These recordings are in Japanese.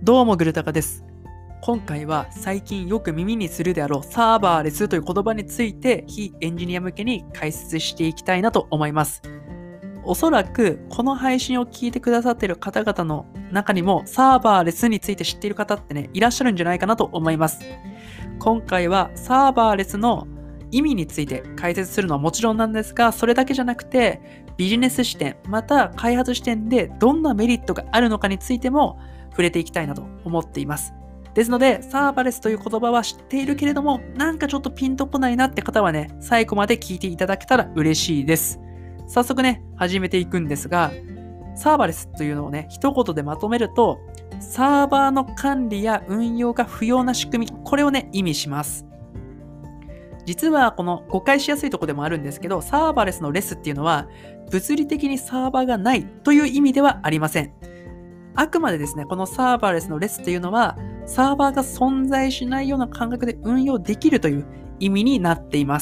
どうもグルタカです。今回は最近よく耳にするであろうサーバーレスという言葉について非エンジニア向けに解説していきたいなと思います。おそらくこの配信を聞いてくださっている方々の中にもサーバーレスについて知っている方ってね、いらっしゃるんじゃないかなと思います。今回はサーバーレスの意味について解説するのはもちろんなんですが、それだけじゃなくてビジネス視点、また開発視点でどんなメリットがあるのかについても触れていきたいなと思っています。ですので、サーバーレスという言葉は知っているけれども、なんかちょっとピンとこないなって方はね、最後まで聞いていただけたら嬉しいです。早速ね、始めていくんですが、サーバーレスというのをね、一言でまとめると、サーバーの管理や運用が不要な仕組み、これをね、意味します。実はこの誤解しやすいところでもあるんですけど、サーバーレスのレスっていうのは、物理的にサーバーがないという意味ではありません。あくまでですね、このサーバーレスのレスというのは、サーバーが存在しないような感覚で運用できるという意味になっています。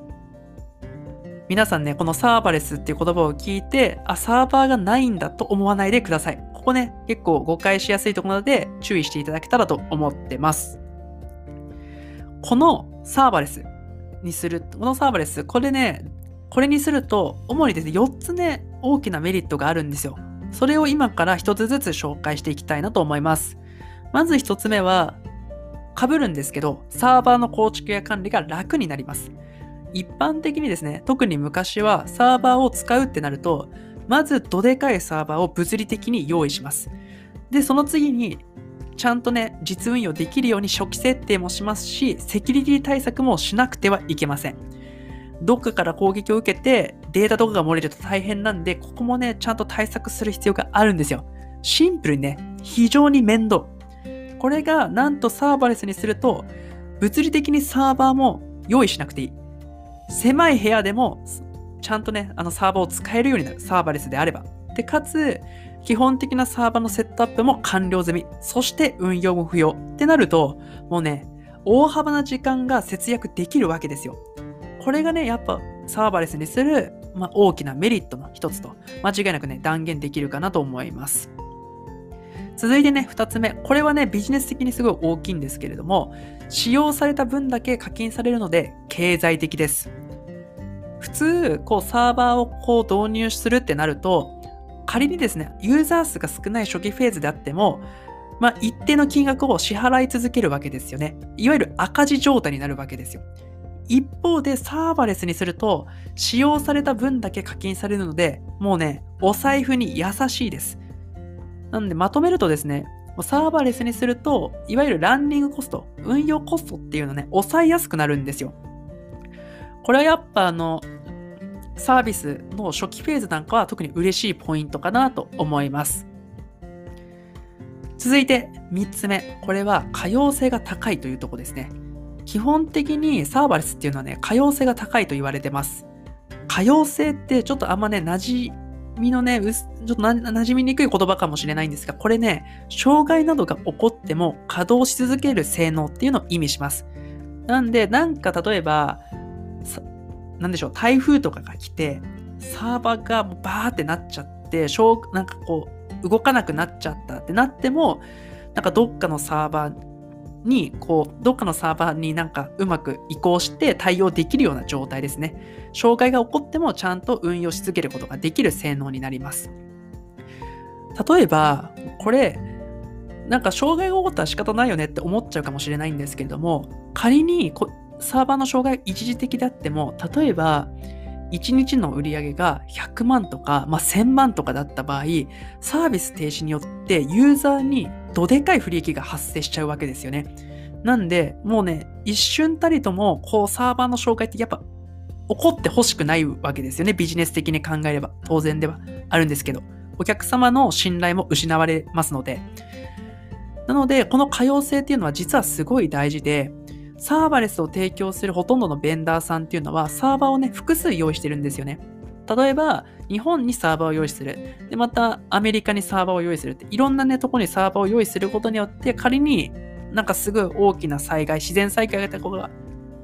皆さんね、このサーバーレスっていう言葉を聞いて、サーバーがないんだと思わないでください。ここね、結構誤解しやすいところなので注意していただけたらと思ってます。このサーバーレスにする、これにすると、主にですね、4つね、大きなメリットがあるんですよ。それを今から1つずつ紹介していきたいなと思います。まず1つ目は、被るんですけど、サーバーの構築や管理が楽になります。一般的にですね、特に昔はサーバーを使うってなると、まずどでかいサーバーを物理的に用意します。で、その次に、ちゃんとね、実運用できるように初期設定もしますし、セキュリティ対策もしなくてはいけません。どっかから攻撃を受けてデータとかが漏れると大変なんで、ここもね、ちゃんと対策する必要があるんですよ。シンプルにね、非常に面倒。これがなんとサーバーレスにすると、物理的にサーバーも用意しなくていい。狭い部屋でもちゃんとね、サーバーを使えるようになる。サーバーレスであれば。で、かつ、基本的なサーバーのセットアップも完了済み。そして運用も不要。ってなると、もうね、大幅な時間が節約できるわけですよ。これがね、やっぱサーバーレスにする、大きなメリットの一つと、間違いなくね、断言できるかなと思います。続いてね、2つ目。これはね、ビジネス的にすごい大きいんですけれども、使用された分だけ課金されるので、経済的です。普通、サーバーを導入するってなると、仮にですね、ユーザー数が少ない初期フェーズであっても、一定の金額を支払い続けるわけですよね。いわゆる赤字状態になるわけですよ。一方でサーバーレスにすると、使用された分だけ課金されるので、もうね、お財布に優しいです。なのでまとめるとですね、サーバーレスにすると、いわゆるランニングコスト、運用コストっていうのね、抑えやすくなるんですよ。これはやっぱサービスの初期フェーズなんかは特に嬉しいポイントかなと思います。続いて3つ目。これは可用性が高いというところですね。基本的にサーバーレスっていうのはね、可用性が高いと言われてます。可用性ってちょっとあんまね、馴染みにくい言葉かもしれないんですが、これね、障害などが起こっても稼働し続ける性能っていうのを意味します。なんで、例えば、台風とかが来て、サーバーがバーってなっちゃって、動かなくなっちゃったってなっても、どっかのサーバーにうまく移行して対応できるような状態ですね。障害が起こってもちゃんと運用し続けることができる性能になります。例えば、これ、障害が起こったら仕方ないよねって思っちゃうかもしれないんですけれども、仮にサーバーの障害が一時的であっても、例えば、1日の売り上げが100万とか、1000万とかだった場合、サービス停止によってユーザーにどでかい不利益が発生しちゃうわけですよね。なんで、もうね、一瞬たりとも、サーバーの障害ってやっぱ起こってほしくないわけですよね。ビジネス的に考えれば当然ではあるんですけど、お客様の信頼も失われますので。なので、この可用性っていうのは実はすごい大事で、サーバーレスを提供するほとんどのベンダーさんっていうのはサーバーをね、複数用意してるんですよね。例えば、日本にサーバーを用意する。で、またアメリカにサーバーを用意するって、いろんなね、ところにサーバーを用意することによって、仮にすごい大きな災害、自然災害が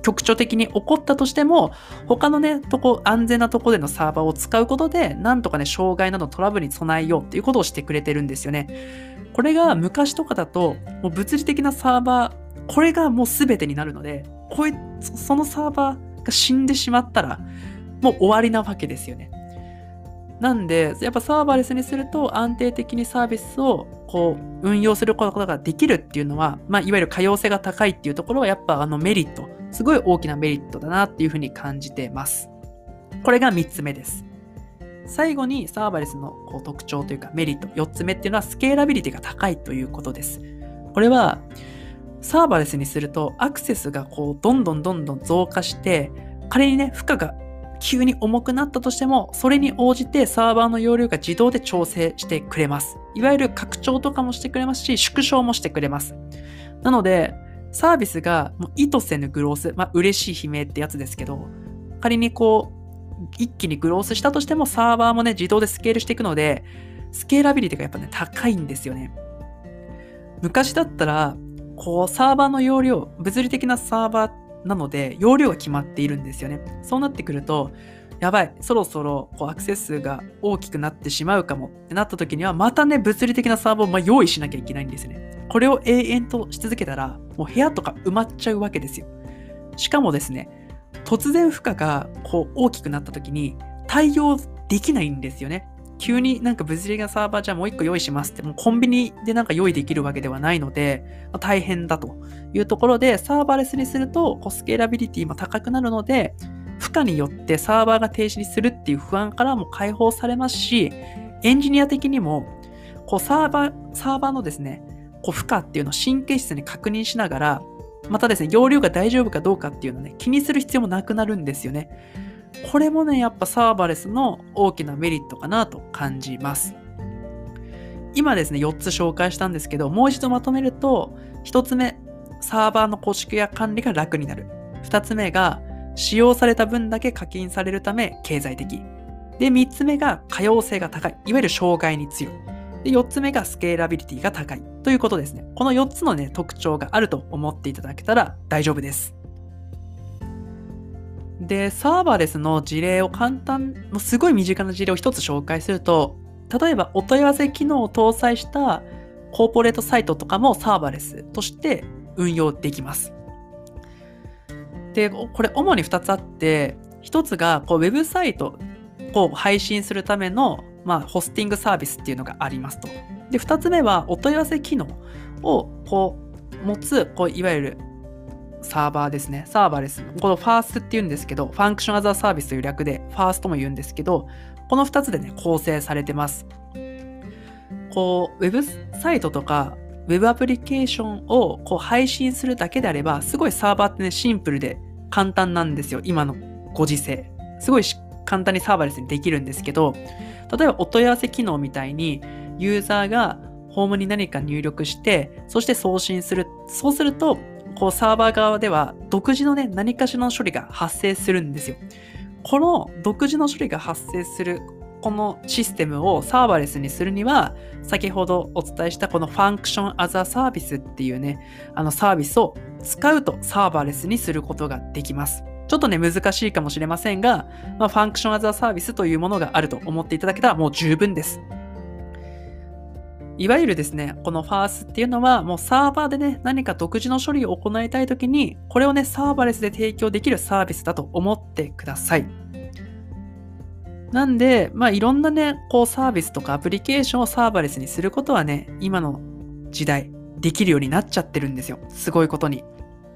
局所的に起こったとしても、他のね、安全なとこでのサーバーを使うことで、なんとかね、障害などのトラブルに備えようっていうことをしてくれてるんですよね。これが昔とかだと、もう物理的なサーバー、これがもう全てになるので、そのサーバーが死んでしまったら、もう終わりなわけですよね。なんで、やっぱサーバーレスにすると安定的にサービスを運用することができるっていうのは、いわゆる可用性が高いっていうところはやっぱメリット、すごい大きなメリットだなっていうふうに感じてます。これが3つ目です。最後にサーバーレスの特徴というかメリット、4つ目っていうのはスケーラビリティが高いということです。これはサーバーレスにするとアクセスがどんどん増加して、仮にね、負荷が急に重くなったとしても、それに応じてサーバーの容量が自動で調整してくれます。いわゆる拡張とかもしてくれますし、縮小もしてくれます。なので、サービスがもう意図せぬグロース、嬉しい悲鳴ってやつですけど、仮に一気にグロースしたとしても、サーバーもね、自動でスケールしていくので、スケーラビリティがやっぱね、高いんですよね。昔だったら、サーバーの容量、物理的なサーバーなので、容量が決まっているんですよね。そうなってくると、やばい、そろそろアクセス数が大きくなってしまうかもってなった時には、またね、物理的なサーバーを用意しなきゃいけないんですよね。これを永遠とし続けたら、もう部屋とか埋まっちゃうわけですよ。しかもですね、突然負荷が大きくなった時に対応できないんですよね。急になんか物理的なサーバーじゃあもう一個用意しますって、もうコンビニでなんか用意できるわけではないので、大変だというところで、サーバーレスにするとスケーラビリティも高くなるので、負荷によってサーバーが停止にするっていう不安からも解放されますし、エンジニア的にもサーバーのですね、負荷っていうのを神経質に確認しながら、またですね、容量が大丈夫かどうかっていうのをね、気にする必要もなくなるんですよね。これもね、やっぱサーバーレスの大きなメリットかなと感じます。今ですね、4つ紹介したんですけど、もう一度まとめると、1つ目、サーバーの構築や管理が楽になる。2つ目が、使用された分だけ課金されるため経済的。で、3つ目が可用性が高い。いわゆる障害に強い。で、4つ目がスケーラビリティが高いということですね。この4つのね、特徴があると思っていただけたら大丈夫です。で、サーバーレスの事例をもうすごい身近な事例を一つ紹介すると、例えばお問い合わせ機能を搭載したコーポレートサイトとかもサーバーレスとして運用できます。で、これ主に2つあって、1つがウェブサイトを配信するためのホスティングサービスっていうのがありますと。で、2つ目はお問い合わせ機能を持ついわゆるサーバーですね。サーバーレス。このファーストって言うんですけど、ファンクションアザーサービスという略でファーストも言うんですけど、この2つでね、構成されてます。ウェブサイトとかウェブアプリケーションを配信するだけであれば、すごいサーバーってね、シンプルで簡単なんですよ。今のご時世。すごい簡単にサーバーレスにできるんですけど、例えばお問い合わせ機能みたいに、ユーザーがホームに何か入力して、そして送信する。そうすると、サーバー側では独自のね、何かしらの処理が発生するんですよ。この独自の処理が発生するこのシステムをサーバーレスにするには、先ほどお伝えしたこのファンクションアザーサービスっていうね、サービスを使うとサーバーレスにすることができます。ちょっとね、難しいかもしれませんが、ファンクションアザーサービスというものがあると思っていただけたらもう十分です。いわゆるですね、このファースっていうのはもうサーバーでね、何か独自の処理を行いたいときに、これをね、サーバーレスで提供できるサービスだと思ってください。なんで、いろんなね、サービスとかアプリケーションをサーバーレスにすることはね、今の時代できるようになっちゃってるんですよ。すごいことに。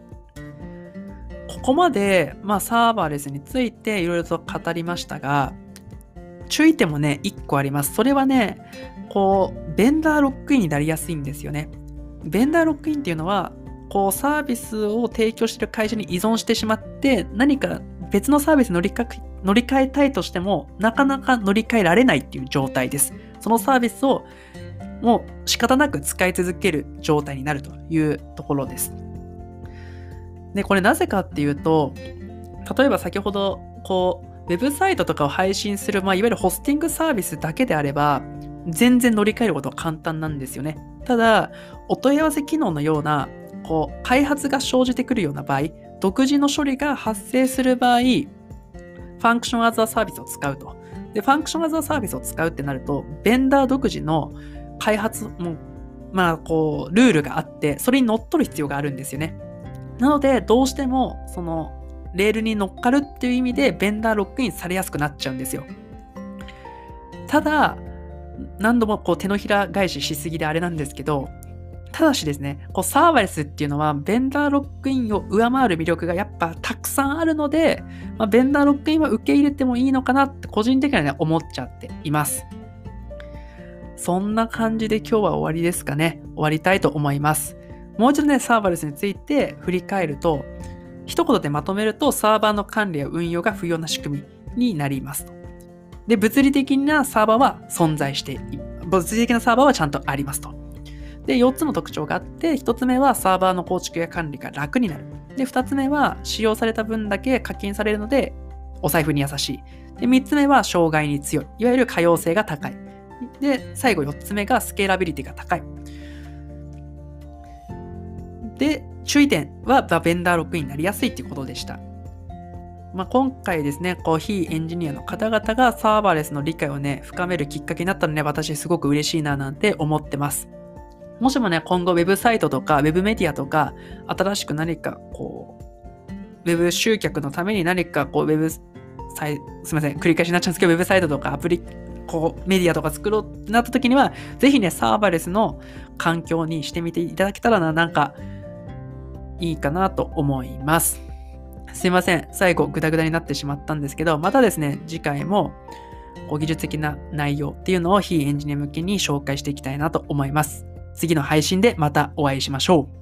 ここまで、サーバーレスについていろいろと語りましたが、注意点もね、1個あります。それはね、ベンダーロックインになりやすいんですよね。ベンダーロックインっていうのは、サービスを提供している会社に依存してしまって、何か別のサービスに乗り換えたいとしても、なかなか乗り換えられないっていう状態です。そのサービスをもう仕方なく使い続ける状態になるというところです。で、これなぜかっていうと、例えば先ほど、ウェブサイトとかを配信する、いわゆるホスティングサービスだけであれば、全然乗り換えることは簡単なんですよね。ただ、お問い合わせ機能のような、開発が生じてくるような場合、 独自の処理が発生する場合、Function as a Service を使うと。で、Function as a Service を使うってなると、ベンダー独自の開発も、ルールがあって、それに乗っ取る必要があるんですよね。なので、どうしても、その、レールに乗っかるっていう意味で、ベンダーロックインされやすくなっちゃうんですよ。ただ、何度も手のひら返ししすぎであれなんですけど、ただしですね、サーバレスっていうのは、ベンダーロックインを上回る魅力がやっぱたくさんあるので、ベンダーロックインは受け入れてもいいのかなって個人的にはね、思っちゃっています。そんな感じで今日は終わりですかね。終わりたいと思います。もう一度ね、サーバレスについて振り返ると、一言でまとめると、サーバーの管理や運用が不要な仕組みになりますと。で、物理的なサーバーは存在して、物理的なサーバーはちゃんとありますと。で、4つの特徴があって、1つ目はサーバーの構築や管理が楽になる。で、2つ目は使用された分だけ課金されるので、お財布に優しい。で、3つ目は障害に強い。いわゆる可用性が高い。で、最後4つ目がスケーラビリティが高い。で、注意点はベンダーロックインになりやすいということでした。今回ですね、非エンジニアの方々がサーバーレスの理解をね、深めるきっかけになったので、私すごく嬉しいななんて思ってます。もしもね、今後ウェブサイトとかウェブメディアとか、新しく何かウェブ集客のために何かすみません、繰り返しになっちゃうんですけど、ウェブサイトとかメディアとか作ろうってなった時には、ぜひね、サーバーレスの環境にしてみていただけたらなんかいいかなと思います。すいません、最後グダグダになってしまったんですけど、またですね、次回も技術的な内容っていうのを非エンジニア向けに紹介していきたいなと思います。次の配信でまたお会いしましょう。